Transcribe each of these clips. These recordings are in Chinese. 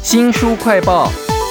新书快报。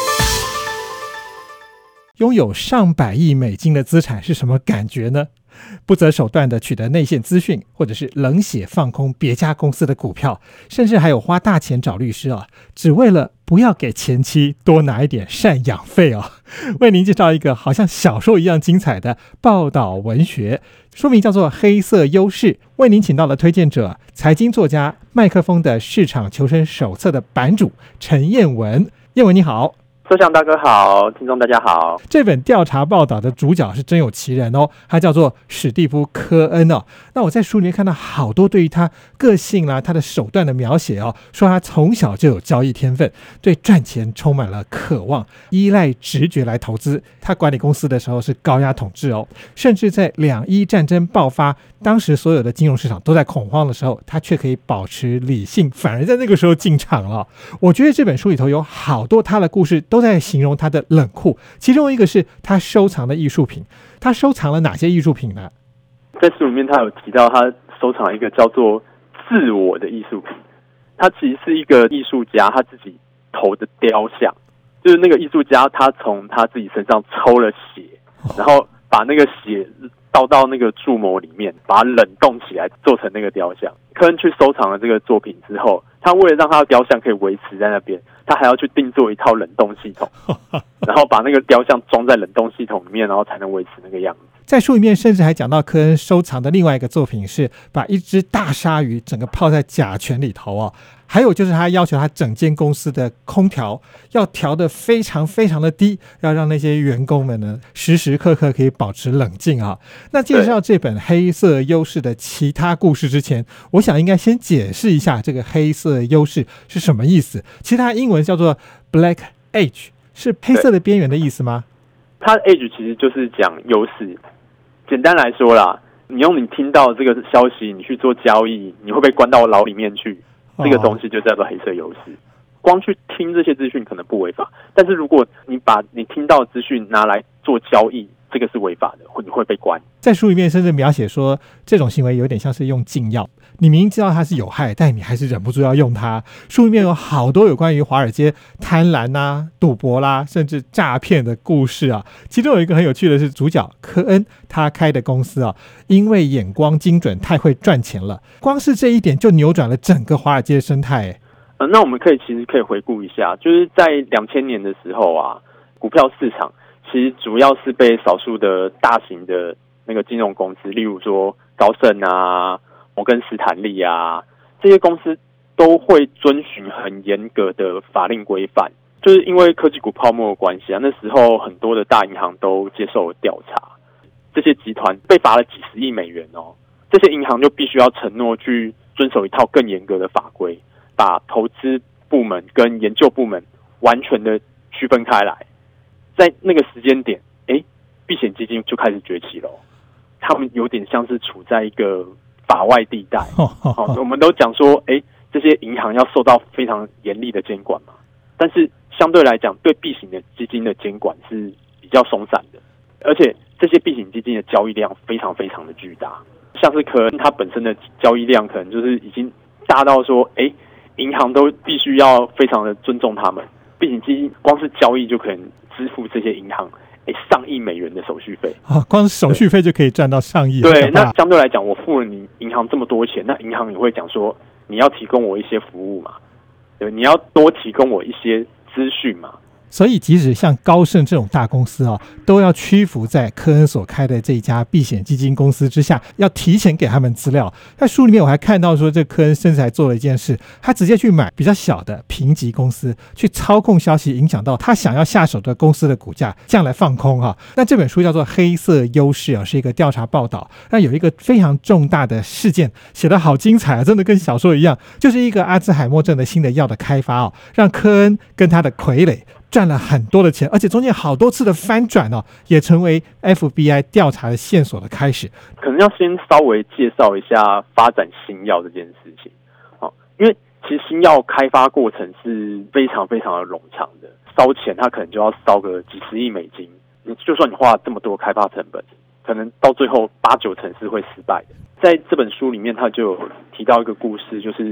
拥有上百亿美金的资产是什么感觉呢？不择手段的取得内线资讯，或者是冷血放空别家公司的股票，甚至还有花大钱找律师只为了不要给前妻多拿一点赡养费为您介绍一个好像小说一样精彩的报道文学，书名叫做《黑色优势》，为您请到了推荐者财经作家麦克风的市场求生手册的版主陈彦文。彦文你好。 收想大哥好，听众大家好。 这本调查报道的主角是真有其人他叫做史蒂夫·科恩那我在书里面看到好多对于他个性啦、他的手段的描写说他从小就有交易天分，对赚钱充满了渴望，依赖直觉来投资。他管理公司的时候是高压统治甚至在2·1战争爆发，当时所有的金融市场都在恐慌的时候，他却可以保持理性，反而在那个时候进场了。我觉得这本书里头有好多他的故事都在形容他的冷酷，其中一个是他收藏的艺术品。他收藏了哪些艺术品呢？ 在书里面他有提到他收藏一个叫做自我的艺术品，他其实是一个艺术家他自己投的雕像，就是那个艺术家他从他自己身上抽了血，然后把那个血倒到那个铸模里面，把它冷冻起来做成那个雕像。科恩去收藏了这个作品之后，他为了让他的雕像可以维持在那边，他还要去定做一套冷冻系统然后把那个雕像装在冷冻系统里面，然后才能维持那个样子。在书里面甚至还讲到科恩收藏的另外一个作品是把一只大鲨鱼整个泡在甲醛里头还有就是他要求他整间公司的空调要调得非常非常的低，要让那些员工们呢时时刻刻可以保持冷静那介绍这本黑色优势的其他故事之前，我想应该先解释一下这个黑色优势是什么意思。其实它英文叫做 Black Edge， 是黑色的边缘的意思吗？ 它的 edge 其实就是讲优势。简单来说啦，你听到这个消息，你去做交易，你会被关到牢里面去，这个东西就叫做黑色优势。光去听这些资讯可能不违法，但是如果你把你听到的资讯拿来做交易，这个是违法的，你会被关。在书里面甚至描写说，这种行为有点像是用禁药，你明明知道它是有害，但你还是忍不住要用它。书里面有好多有关于华尔街贪婪赌博啦，甚至诈骗的故事其中有一个很有趣的是，主角科恩他开的公司因为眼光精准，太会赚钱了，光是这一点就扭转了整个华尔街生态那我们其实可以回顾一下，就是在2000年的时候股票市场其实主要是被少数的大型的那个金融公司，例如说高盛摩根斯坦利这些公司都会遵循很严格的法令规范。就是因为科技股泡沫的关系那时候很多的大银行都接受了调查，这些集团被罚了几十亿美元这些银行就必须要承诺去遵守一套更严格的法规，把投资部门跟研究部门完全的区分开来。在那个时间点避险基金就开始崛起了他们有点像是处在一个法外地带我们都讲说这些银行要受到非常严厉的监管嘛，但是相对来讲对避险的基金的监管是比较松散的，而且这些避险基金的交易量非常非常的巨大，像是可能它本身的交易量可能就是已经大到说银行都必须要非常的尊重他们，避险基金光是交易就可能支付这些银行上亿美元的手续费光手续费就可以赚到上亿。 对，那相对来讲我付了你银行这么多钱，那银行也会讲说你要提供我一些服务嘛，对，你要多提供我一些资讯嘛。 所以即使像高盛这种大公司都要屈服在科恩所开的这一家避险基金公司之下，要提前给他们资料。在书里面我还看到说，这科恩甚至还做了一件事，他直接去买比较小的评级公司，去操控消息，影响到他想要下手的公司的股价，这样来放空那这本书叫做《黑色优势》是一个调查报道。那有一个非常重大的事件，写得好精彩真的跟小说一样，就是一个阿兹海默症的新的药的开发让科恩跟他的傀儡赚了很多的钱，而且中间好多次的翻转也成为 FBI 调查的线索的开始。 可能要先稍微介绍一下发展新药这件事情因为其实新药开发过程是非常非常的冗长的，烧钱它可能就要烧个几十亿美金，就算你花这么多开发成本，可能到最后8-9成是会失败的。在这本书里面他就有提到一个故事，就是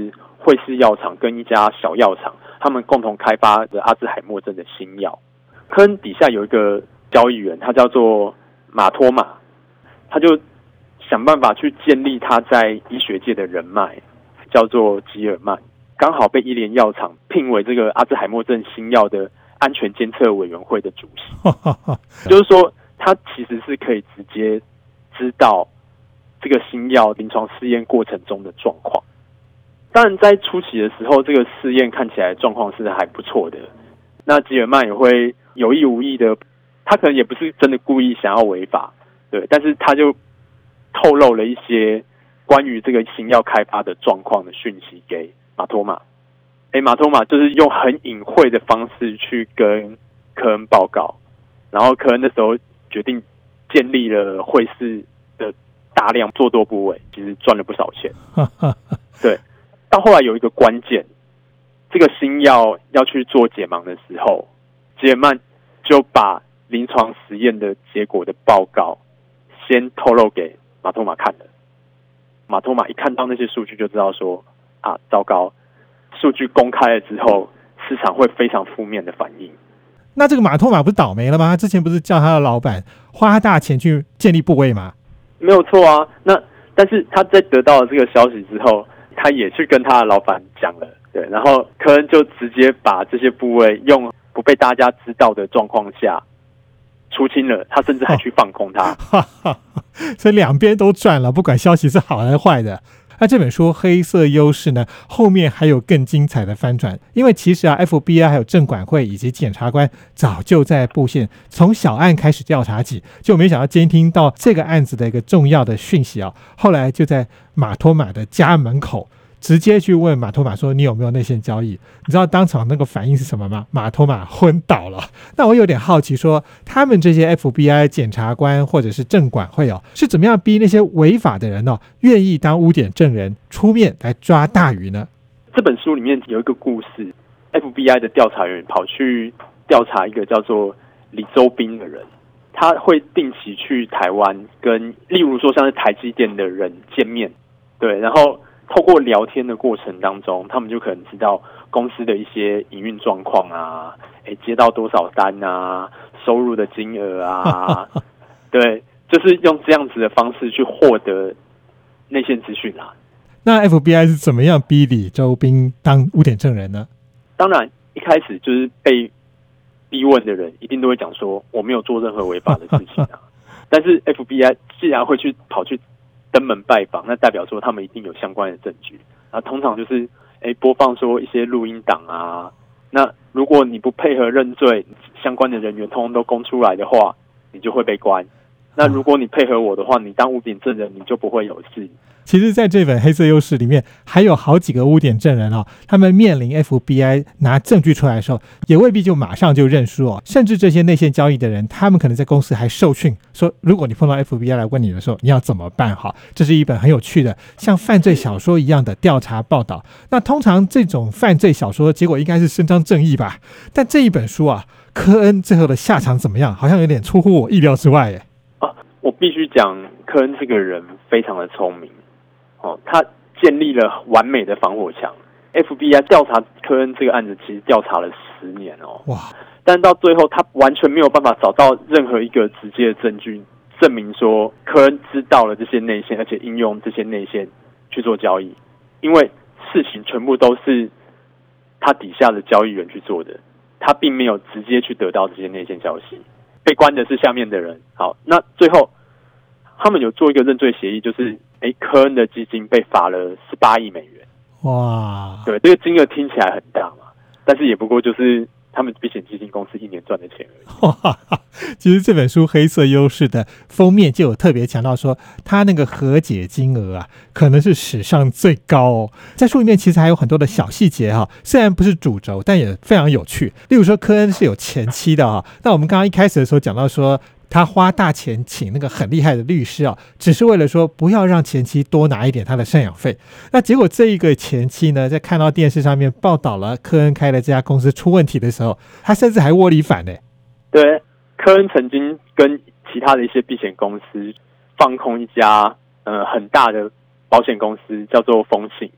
惠氏药厂跟一家小药厂，他们共同开发的阿兹海默症的新药。科恩底下有一个交易员，他叫做马托马，他就想办法去建立他在医学界的人脉，叫做吉尔曼，刚好被伊莲药厂聘为这个阿兹海默症新药的安全监测委员会的主席。就是说，他其实是可以直接知道这个新药临床试验过程中的状况。当然，在初期的时候，这个试验看起来状况是还不错的。那吉尔曼也会有意无意的，他可能也不是真的故意想要违法，对，但是他就透露了一些关于这个新药开发的状况的讯息给马托马。马托马就是用很隐晦的方式去跟科恩报告，然后科恩那时候决定建立了惠氏的大量做多部位，其实赚了不少钱。对，到后来有一个关键，这个新药要去做解盲的时候，吉尔曼就把临床实验的结果的报告先透露给马托马看了。马托马一看到那些数据就知道说啊，糟糕，数据公开了之后，市场会非常负面的反应。 那这个马托马不是倒霉了吗？他之前不是叫他的老板花大钱去建立部位吗？ 没有错啊。但是他在得到了这个消息之后，他也去跟他的老板讲了，对，然后科恩就直接把这些部位用不被大家知道的状况下出清了，他甚至还去放空它。 所以两边都赚了，不管消息是好还是坏的。那这本书《黑色优势》呢，后面还有更精彩的翻转，因为其实FBI 还有证管会以及检察官早就在布线，从小案开始调查起，就没想到监听到这个案子的一个重要的讯息后来就在马托马的家门口直接去问马托马说，你有没有内线交易？你知道当场那个反应是什么吗？马托马昏倒了。那我有点好奇说，他们这些 FBI 检察官或者是证管会是怎么样逼那些违法的人愿意当污点证人出面来抓大鱼呢？ 这本书里面有一个故事， FBI 的调查员跑去调查一个叫做李周斌的人，他会定期去台湾跟例如说像是台积电的人见面，对，然后透过聊天的过程当中，他们就可能知道公司的一些营运状况啊，接到多少单啊，收入的金额啊，对，就是用这样子的方式去获得内线资讯啦。 那 FBI 是怎么样逼李周斌当污点证人呢？ 当然，一开始就是被逼问的人一定都会讲说我没有做任何违法的事情啊。但是 FBI 既然会跑去登门拜访，那代表说他们一定有相关的证据。那通常就是播放说一些录音档啊。那如果你不配合认罪，相关的人员通通都供出来的话，你就会被关。那如果你配合我的话，你当污点证人你就不会有事。 其实在这本黑色优势里面还有好几个污点证人他们面临 FBI 拿证据出来的时候也未必就马上就认输甚至这些内线交易的人，他们可能在公司还受训说，如果你碰到 FBI 来问你的时候你要怎么办。这是一本很有趣的像犯罪小说一样的调查报道。那通常这种犯罪小说结果应该是伸张正义吧，但这一本书科恩最后的下场怎么样，好像有点出乎我意料之外耶。 我必须讲科恩这个人非常的聪明他建立了完美的防火墙。FBI 调查科恩这个案子其实调查了10年哇！ 但到最后他完全没有办法找到任何一个直接的证据证明说科恩知道了这些内线，而且应用这些内线去做交易，因为事情全部都是他底下的交易员去做的，他并没有直接去得到这些内线消息，被关的是下面的人。好，那最后他们有做一个认罪协议，就是科恩的基金被罚了18亿美元。 哇， 对，这个金额听起来很大嘛，但是也不过就是他们避险基金公司1年赚的钱而已。 哇，其实这本书《黑色优势》的封面就有特别强调说，他那个和解金额可能是史上最高在书里面其实还有很多的小细节虽然不是主轴，但也非常有趣。例如说，科恩是有前妻的那我们刚刚一开始的时候讲到说，他花大钱请那个很厉害的律师只是为了说不要让前妻多拿一点他的赡养费。那结果这一个前妻呢，在看到电视上面报道了科恩开的这家公司出问题的时候，他甚至还窝里反呢。 对，科恩曾经跟其他的一些避险公司放空一家很大的保险公司，叫做丰信。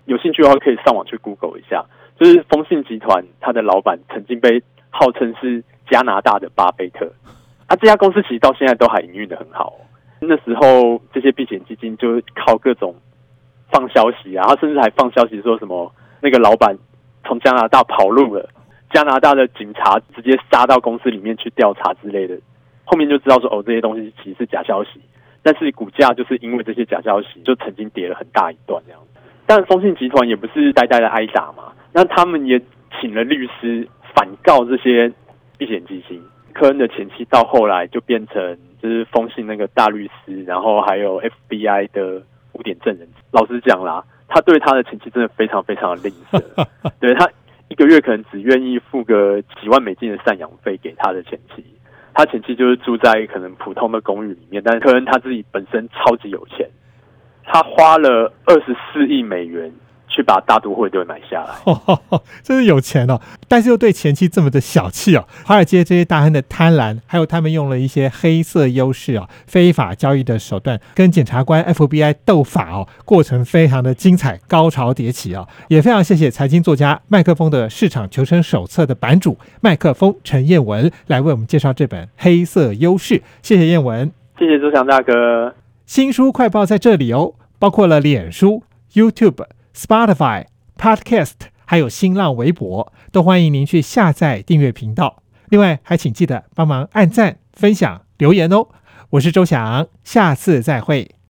有兴趣的话可以上网去 Google 一下，就是丰信集团它的老板曾经被号称是加拿大的巴菲特这家公司其实到现在都还营运得很好那时候这些避险基金就靠各种放消息他甚至还放消息说什么那个老板从加拿大跑路了，加拿大的警察直接杀到公司里面去调查之类的，后面就知道说这些东西其实是假消息，但是股价就是因为这些假消息就曾经跌了很大一段这样子。但丰信集团也不是呆呆的挨打嘛，那他们也请了律师反告这些避险基金。科恩的前妻到后来就变成就是丰信那个大律师，然后还有 FBI 的污点证人。老实讲啦，他对他的前妻真的非常非常的吝啬，对他一个月可能只愿意付个几万美金的赡养费给他的前妻。他前妻就是住在可能普通的公寓里面，但是科恩他自己本身超级有钱，他花了24亿美元去把大都会队买下来， 真是有钱哦！但是又对前妻这么的小气哦。华尔街这些大亨的贪婪，还有他们用了一些黑色优势非法交易的手段，跟检察官 FBI 斗法过程非常的精彩，高潮迭起也非常谢谢财经作家麦克风的市场求生手册的版主麦克风陈彦文来为我们介绍这本黑色优势。谢谢彦文， 谢谢周翔大哥。 新书快报在这里包括了脸书、YouTube、Spotify、Podcast， 还有新浪微博，都欢迎您去下载订阅频道。另外，还请记得帮忙按赞、分享、留言我是周翔，下次再会。